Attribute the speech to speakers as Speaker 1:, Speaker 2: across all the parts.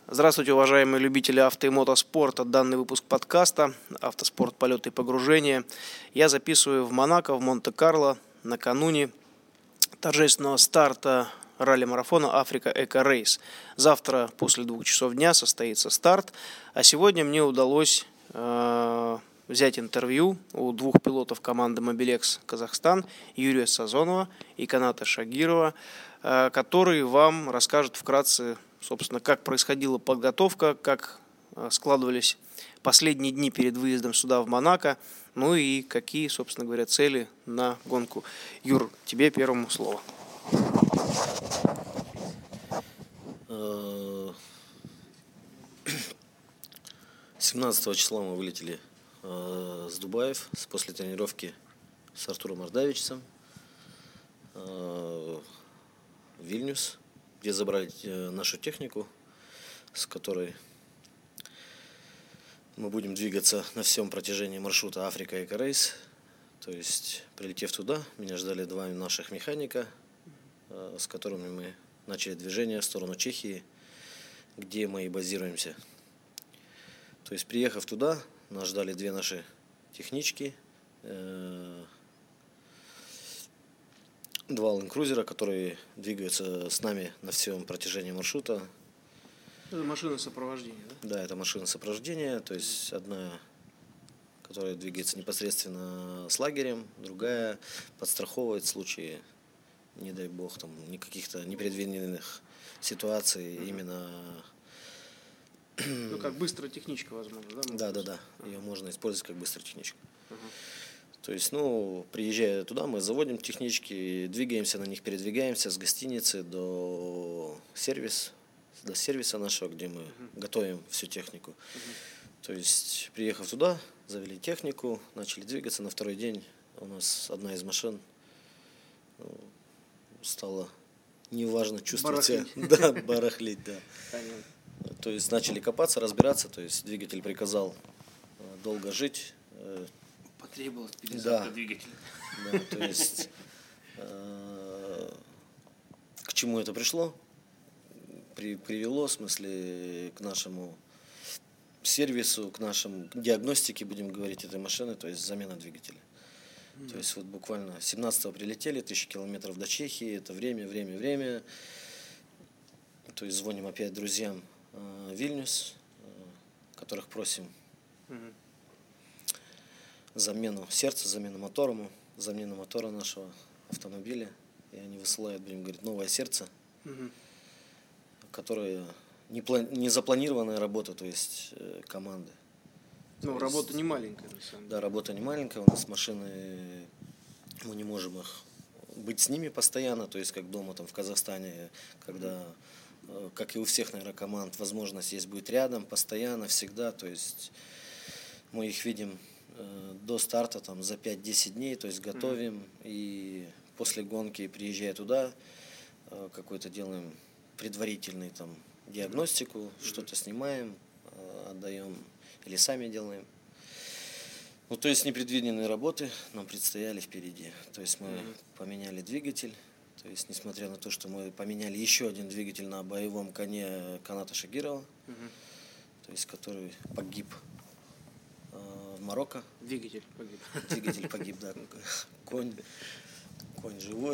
Speaker 1: Здравствуйте, уважаемые любители авто и мотоспорта. Данный выпуск подкаста «Автоспорт. Полеты и погружения» я записываю в Монако, в Монте-Карло, накануне торжественного старта ралли-марафона «Африка Эко Рейс». Завтра после 2 часов дня состоится старт, а сегодня мне удалось взять интервью у двух пилотов команды «Мобилекс Казахстан» Юрия Сазонова и Каната Шагирова, которые вам расскажут вкратце, собственно, как происходила подготовка, как складывались последние дни перед выездом сюда, в Монако, ну и какие, собственно говоря, цели на гонку. Юр, тебе первому слово.
Speaker 2: 17 числа мы вылетели с Дубаев после тренировки с Артуром Ардавичем в Вильнюс, где забрали нашу технику, с которой мы будем двигаться на всем протяжении маршрута Африка Эко Рейс. То есть, прилетев туда, меня ждали два наших механика, с которыми мы начали движение в сторону Чехии, где мы и базируемся. То есть, приехав туда, нас ждали две наши технички, два лэнд-крузера, которые двигаются с нами на всем протяжении маршрута.
Speaker 1: Это машина сопровождения, да?
Speaker 2: Да, это машина сопровождения, то есть одна, которая двигается непосредственно с лагерем, другая подстраховывает в случае, не дай бог, там, никаких-то непредвиденных ситуаций, именно...
Speaker 1: Ну, как быстрая техничка, возможно, да?
Speaker 2: Да. Ее можно использовать как быстрая техничка.
Speaker 1: Uh-huh.
Speaker 2: То есть, приезжая туда, мы заводим технички, двигаемся на них, передвигаемся с гостиницы до сервиса нашего, где мы готовим всю технику. То есть, приехав туда, завели технику, начали двигаться. На второй день у нас одна из машин стала неважно чувствовать себя. Да, барахлить, да.
Speaker 1: Понятно.
Speaker 2: То есть начали копаться, разбираться, то есть двигатель приказал долго жить.
Speaker 1: Потребовалась перезарядка двигателя.
Speaker 2: Да, то есть к чему это пришло? Привело, в смысле, к нашему сервису, к диагностике, будем говорить, этой машины, то есть замена двигателя. То есть вот буквально 17-го прилетели, 1000 километров до Чехии, это время. То есть звоним опять друзьям Вильнюс, которых просим замену сердца, замену мотора нашего автомобиля. И они высылают, будем говорить, новое сердце, которое не запланированная работа, то есть команды.
Speaker 1: Работа не маленькая, на самом деле.
Speaker 2: Да, работа не маленькая. У нас машины, мы не можем быть с ними постоянно, то есть как дома там в Казахстане, когда, как и у всех, наверное, команд, возможность есть быть рядом постоянно, всегда. То есть мы их видим до старта там, за 5-10 дней, то есть готовим, и после гонки, приезжая туда, какой-то делаем предварительный там диагностику, что-то снимаем, отдаем или сами делаем. То есть непредвиденные работы нам предстояли впереди. То есть мы поменяли двигатель. То есть, несмотря на то, что мы поменяли еще один двигатель на боевом коне Каната Шагирова, то есть, который погиб в Марокко.
Speaker 1: Двигатель погиб.
Speaker 2: Двигатель погиб, да. Конь живой,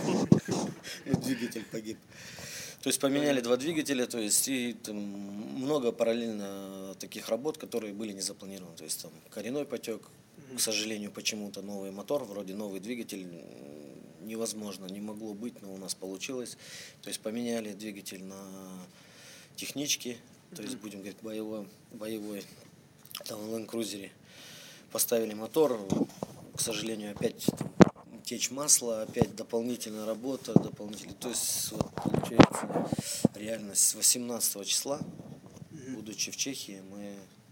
Speaker 2: двигатель погиб. То есть поменяли два двигателя, то есть и там много параллельно таких работ, которые были не запланированы. То есть там коренной потек, к сожалению, почему-то новый мотор, вроде новый двигатель, невозможно, не могло быть, но у нас получилось. То есть поменяли двигатель на технички, то есть будем говорить боевой там в лэнд-крузере. Поставили мотор, к сожалению, опять течь масла, опять дополнительная работа, То есть вот, получается реальность с 18 числа, будучи в Чехии, мы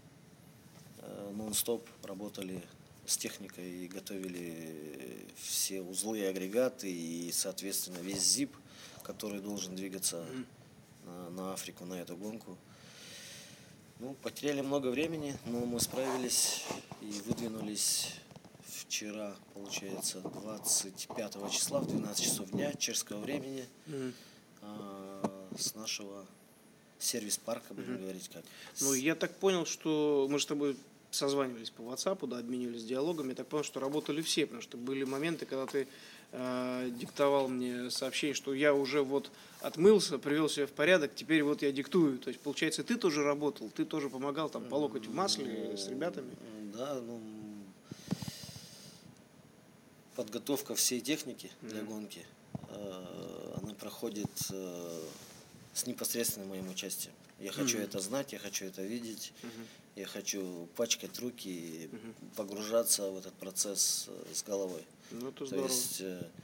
Speaker 2: нон-стоп работали с техникой и готовили все узлы и агрегаты и, соответственно, весь ЗИП, который должен двигаться на Африку, на эту гонку. Потеряли много времени, но мы справились и выдвинулись вчера, получается, 25 числа в 12 часов дня чешского времени с нашего сервис-парка, будем говорить как.
Speaker 1: Ну, я так понял, что мы с тобой созванивались по WhatsApp, да, обменивались диалогами. Я так понял, что работали все, потому что были моменты, когда ты диктовал мне сообщение, что я уже вот отмылся, привел себя в порядок, теперь вот я диктую. То есть, получается, ты тоже работал, ты тоже помогал там по локоть в масле с ребятами?
Speaker 2: Да, ну, подготовка всей техники для гонки, она проходит с непосредственным моим участием. Я хочу это знать, я хочу это видеть, я хочу пачкать руки и погружаться в этот процесс с головой.
Speaker 1: Ну, это
Speaker 2: То
Speaker 1: здорово.
Speaker 2: есть,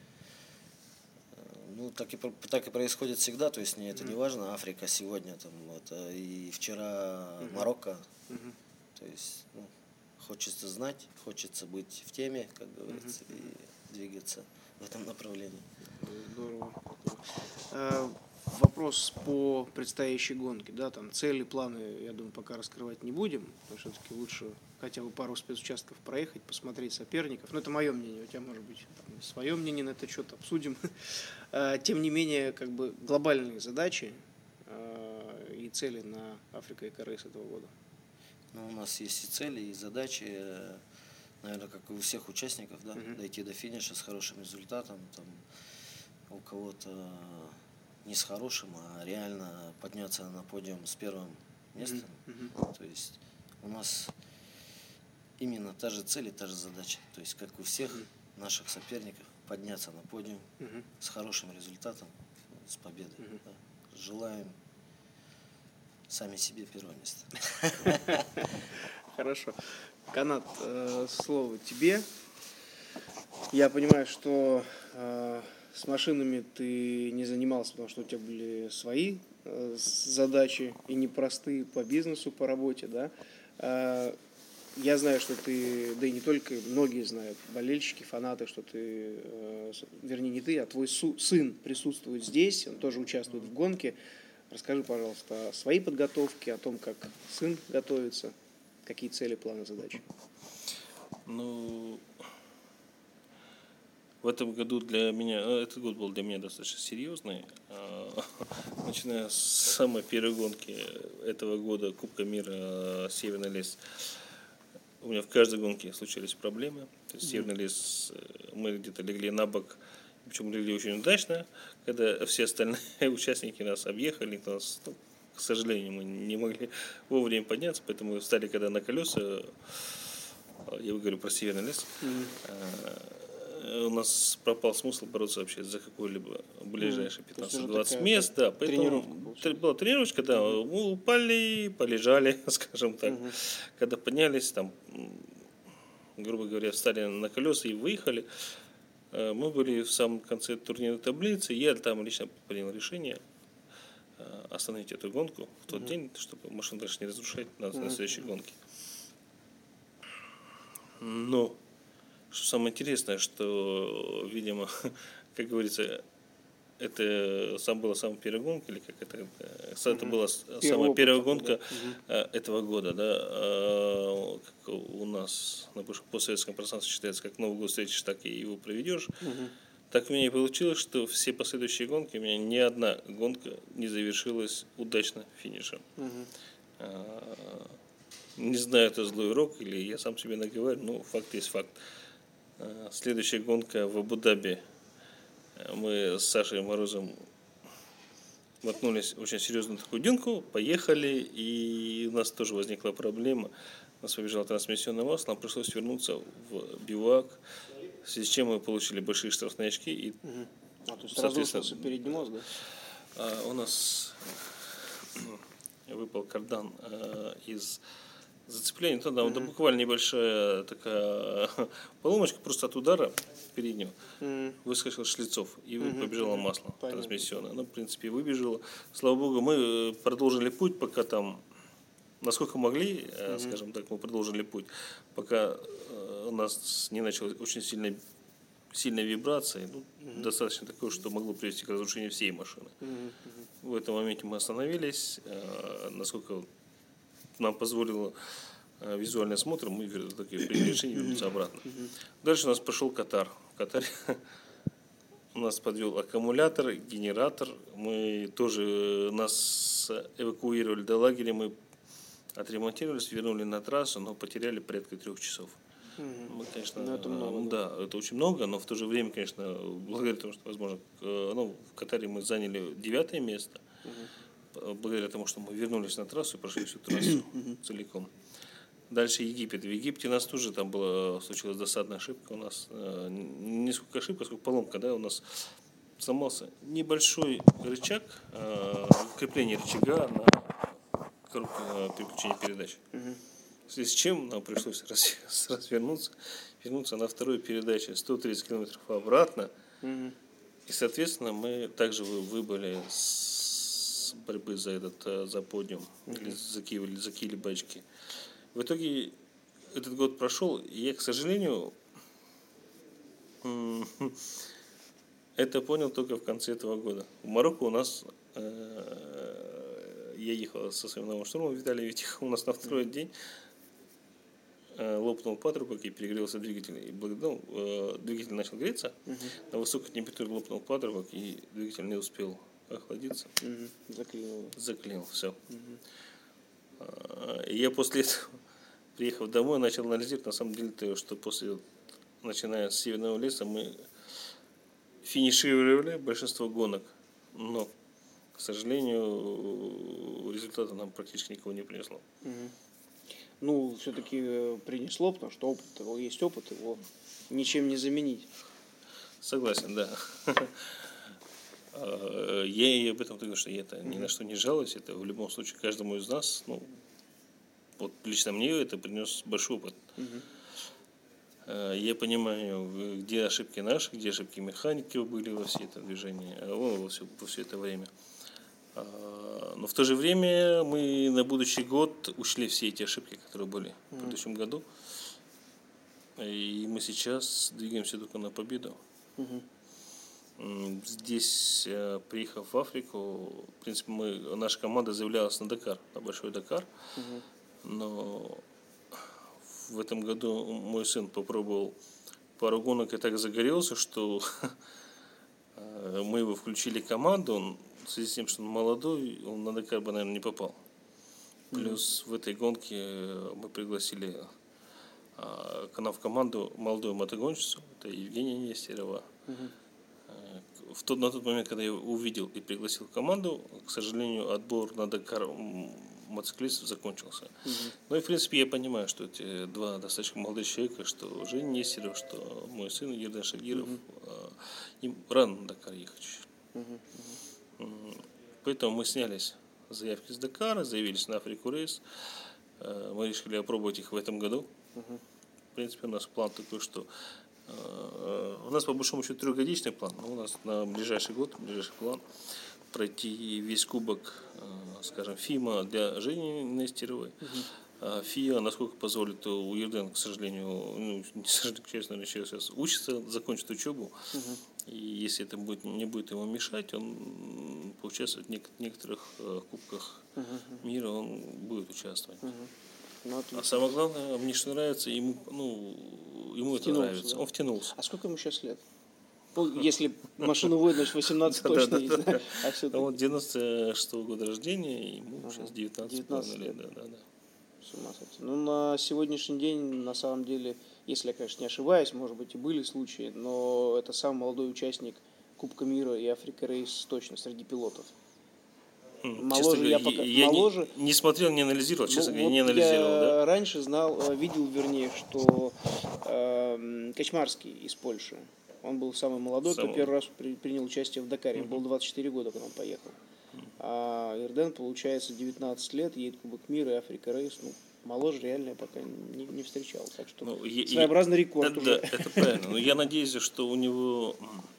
Speaker 2: ну, так и происходит всегда, то есть мне это не важно, Африка сегодня, там, это и вчера Марокко, то есть, ну, хочется знать, хочется быть в теме, как говорится, и двигаться в этом направлении.
Speaker 1: Здорово. Вопрос по предстоящей гонке, да, там цели, планы, я думаю, пока раскрывать не будем, потому что все-таки лучше хотя бы пару спецучастков проехать, посмотреть соперников. Ну, это мое мнение, у тебя может быть там свое мнение на этот счет, обсудим. Тем не менее, как бы глобальные задачи и цели на Африка и КРС этого года.
Speaker 2: Ну, у нас есть и цели, и задачи, наверное, как и у всех участников, да, дойти до финиша с хорошим результатом, там, у кого-то не с хорошим, а реально подняться на подиум с первым местом. То есть у нас именно та же цель и та же задача. То есть как у всех наших соперников подняться на подиум с хорошим результатом, с победой. Да. Желаем сами себе первое место.
Speaker 1: Хорошо. Канат, слово тебе. Я понимаю, что с машинами ты не занимался, потому что у тебя были свои задачи и непростые по бизнесу, по работе, да. Я знаю, что ты, да и не только, многие знают, болельщики, фанаты, что ты, вернее, не ты, а твой сын присутствует здесь, он тоже участвует в гонке. Расскажи, пожалуйста, о своей подготовке, о том, как сын готовится, какие цели, планы, задачи.
Speaker 3: Ну, в этом году этот год был для меня достаточно серьезный. Начиная с самой первой гонки этого года, Кубка мира «Северный лес», у меня в каждой гонке случались проблемы. То есть «Северный лес», мы где-то легли на бок, причем легли очень удачно, когда все остальные участники нас объехали, нас, ну, к сожалению, мы не могли вовремя подняться, поэтому встали когда на колеса. Я говорю про «Северный лес». У нас пропал смысл бороться вообще за какое-либо ближайшие 15-20 мест. Да, поэтому была тренировочка, да, мы упали, полежали, скажем так. Когда поднялись, там, грубо говоря, встали на колеса и выехали, мы были в самом конце турнирной таблицы. Я там лично принял решение остановить эту гонку в тот день, чтобы машину дальше не разрушать на следующей гонке. Но что самое интересное, что, видимо, как говорится, это была самая первая гонка, или как это была самая первая гонка этого года, да, как у нас на бывшем постсоветском пространстве считается, как Новый год встретишь, так и его проведешь. Так у меня и получилось, что все последующие гонки, у меня ни одна гонка не завершилась удачно финишем. Не знаю, это злой урок или я сам себе наговариваю, но факт есть факт. Следующая гонка в Абу-Даби. Мы с Сашей Морозом воткнулись в очень серьезную такую дюнку, поехали, и у нас тоже возникла проблема. У нас побежало трансмиссионное масло, нам пришлось вернуться в бивак, в связи с чем мы получили большие штрафные очки. И,
Speaker 1: то есть разрушился передний мост, да?
Speaker 3: У нас выпал кардан из зацепление, да, буквально небольшая такая поломочка, просто от удара переднего выскочил шлицов и побежало масло трансмиссионное. Ну, в принципе, выбежало. Слава богу, мы продолжили путь, пока там, насколько могли, скажем так, мы продолжили путь, пока у нас не началась очень сильная вибрация, ну, достаточно такое, что могло привести к разрушению всей машины. В этом моменте мы остановились, насколько нам позволило визуальный осмотр, мы приняли решение вернуться обратно. Дальше у нас пошел Катар. В Катаре у нас подвел аккумулятор, генератор. Мы тоже, нас нас эвакуировали до лагеря, мы отремонтировались, вернули на трассу, но потеряли порядка 3 часов. Мы, конечно,
Speaker 1: Но это много,
Speaker 3: да, это очень много, но в то же время, конечно, благодаря тому, что, возможно, в Катаре мы заняли 9 место, благодаря тому, что мы вернулись на трассу и прошли всю трассу целиком. Дальше Египет. В Египте у нас тоже там случилась досадная ошибка. У нас не сколько ошибка, сколько поломка, да, у нас сломался небольшой рычаг, крепление рычага на коробку переключения передач. В связи с чем нам пришлось вернуться на вторую передачу 130 километров обратно. И, соответственно, мы также выбыли с борьбы за подиум, или за Киев бачки. В итоге этот год прошел, и я, к сожалению, это понял только в конце этого года. В Марокко у нас, я ехал со своим новым штурмом, Виталий Витих, у нас на второй день лопнул патрубок и перегрелся двигатель. И двигатель начал греться, на высокой температуре лопнул патрубок, и двигатель не успел охладиться. Заклинил, все. И я после этого, приехав домой, начал анализировать, на самом деле, что начиная с Северного леса, мы финишировали большинство гонок, но, к сожалению, результата нам практически никого не принесло.
Speaker 1: Ну, все-таки принесло, потому что есть опыт, его ничем не заменить.
Speaker 3: Согласен, да. Я и об этом говорю, что я ни на что не жалуюсь. Это в любом случае каждому из нас, вот лично мне это принес большой опыт. Я понимаю, где ошибки наши, где ошибки механиков были во все это движение, во все это время. Но в то же время мы на будущий год ушли все эти ошибки, которые были в предыдущем году. И мы сейчас двигаемся только на победу. Здесь, приехав в Африку, в принципе, наша команда заявлялась на Дакар, на Большой Дакар. Но в этом году мой сын попробовал пару гонок и так загорелся, что мы его включили в команду. Он, в связи с тем, что он молодой, он на Дакар бы, наверное, не попал. Плюс в этой гонке мы пригласили к нам в команду молодую мотогонщицу, это Евгения Нестерова. На тот момент, когда я увидел и пригласил в команду, к сожалению, отбор на Дакар мотоциклистов закончился. Ну и, в принципе, я понимаю, что эти два достаточно молодых человека, что Женя Нестеров, что мой сын Ердан Шагиров, им рано на Дакар ехать. Поэтому мы снялись заявки с Дакара, заявились на Африку Рейс. Мы решили опробовать их в этом году. В принципе, у нас план такой, что у нас по большому счету 3-годичный план, но у нас на ближайший год, ближайший план пройти весь кубок, скажем, ФИМа для Жени Нестеровой. ФИА, насколько позволит, у Ердена, к сожалению, честно, сейчас учится, закончит учебу. И если это не будет ему мешать, он поучаствует в некоторых кубках мира, он будет участвовать. А самое главное, мне что нравится, ему это нравится. Да? Он втянулся.
Speaker 1: А сколько ему сейчас лет? Если машину выдать 18 точно не знаю.
Speaker 3: Вот 96-го года рождения, ему сейчас 19 лет. Да.
Speaker 1: С ума сойти. На сегодняшний день, на самом деле, если я, конечно, не ошибаюсь, может быть, и были случаи, но это самый молодой участник Кубка мира и Африка Рейс точно среди пилотов.
Speaker 3: Моложе, я не смотрел, не анализировал, честно говоря, не анализировал.
Speaker 1: Я раньше видел, что Качмарский из Польши, он был самый молодой, кто первый раз принял участие в Дакаре. Ему было 24 года, когда он поехал. А Ерден, получается, 19 лет, едет Кубок мира и Африка Рейс. Моложе реально я пока не встречал. Так что своеобразный рекорд уже.
Speaker 3: Да, это правильно. Но я надеюсь, что у него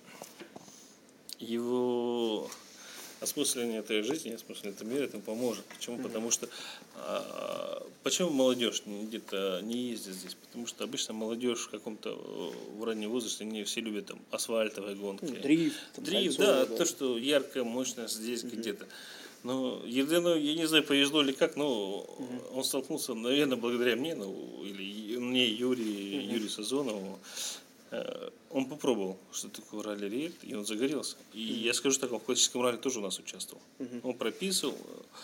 Speaker 3: его осмысление этой жизни, осмысление этого мира этому поможет. Почему? Потому что почему молодежь где-то не ездит здесь? Потому что обычно молодежь в каком-то в раннем возрасте, они все любят там асфальтовые гонки.
Speaker 1: Дрифт,
Speaker 3: да, то, что яркая, мощная здесь где-то. Но Ердену, я не знаю, повезло ли как, но он столкнулся, наверное, благодаря мне, или мне, Юрию Сазонову. Он попробовал, что такое ралли-рейд, и он загорелся. И я скажу так, он в классическом ралли тоже у нас участвовал. Он прописывал,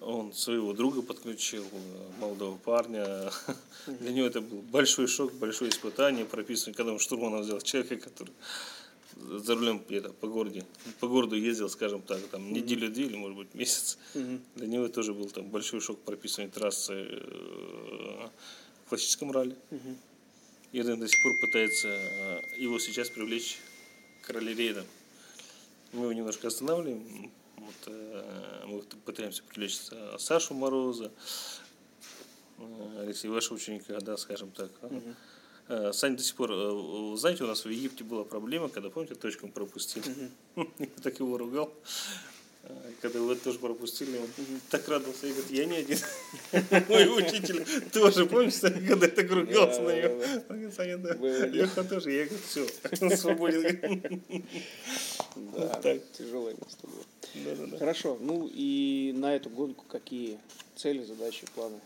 Speaker 3: Он своего друга подключил, молодого парня. Для него это был большой шок, большое испытание прописывать, когда он штурманом взял человека, который за рулем где-то по городу ездил, скажем так, там неделю-две или, может быть, месяц. Для него тоже был там большой шок прописывать трассы в классическом ралли. И он до сих пор пытается его сейчас привлечь к ралли-рейдам. Мы его немножко останавливаем. Вот, мы пытаемся привлечь Сашу Мороза, Алексея, вашего ученика, да, скажем так. Саня до сих пор, знаете, у нас в Египте была проблема, когда, помните, точком пропустили. Я так его ругал. Когда его тоже пропустили, он так радовался. Я говорю, я не один. Мой учитель тоже, помнишь, когда я так ругался на него. Он говорит, Саня, да. Леха тоже. Я говорю, все, он свободен.
Speaker 1: Да, тяжелое место было. Хорошо, ну и на эту гонку какие цели, задачи, планы?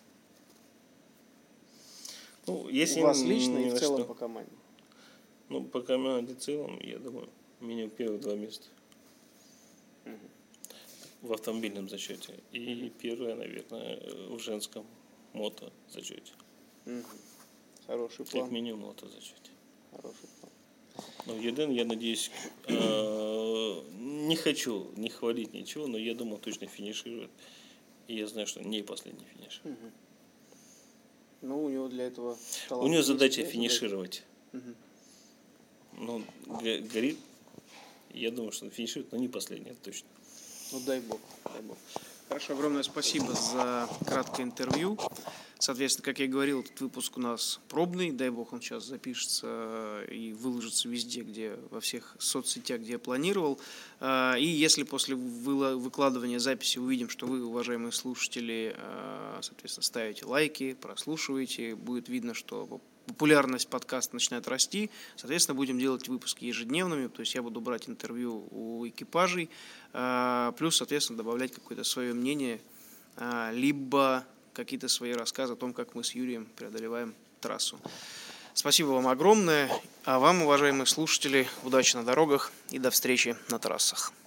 Speaker 3: Ну, если
Speaker 1: у вас лично и в целом по команде?
Speaker 3: Ну, по команде в целом, я думаю, минимум первые 2 места. В автомобильном зачете. И первое, наверное, в женском мото зачете.
Speaker 1: Хороший план.
Speaker 3: Как минимум мото зачете.
Speaker 1: Хороший план.
Speaker 3: Но Еден, я надеюсь, не хочу не хвалить ничего, но я думаю, точно финиширует. И я знаю, что не последний финиш.
Speaker 1: Ну, у него для этого талант.
Speaker 3: У него задача финишировать. Ну, горит. Я думаю, что он финиширует, но не последний, это точно.
Speaker 1: Ну, дай бог, дай бог. Хорошо, огромное спасибо за краткое интервью. Соответственно, как я и говорил, этот выпуск у нас пробный. Дай бог, он сейчас запишется и выложится везде, где во всех соцсетях, где я планировал. И если после выкладывания записи увидим, что вы, уважаемые слушатели, соответственно, ставите лайки, прослушиваете, будет видно, что популярность подкаста начинает расти, соответственно, будем делать выпуски ежедневными, то есть я буду брать интервью у экипажей, плюс, соответственно, добавлять какое-то свое мнение, либо какие-то свои рассказы о том, как мы с Юрием преодолеваем трассу. Спасибо вам огромное, а вам, уважаемые слушатели, удачи на дорогах и до встречи на трассах.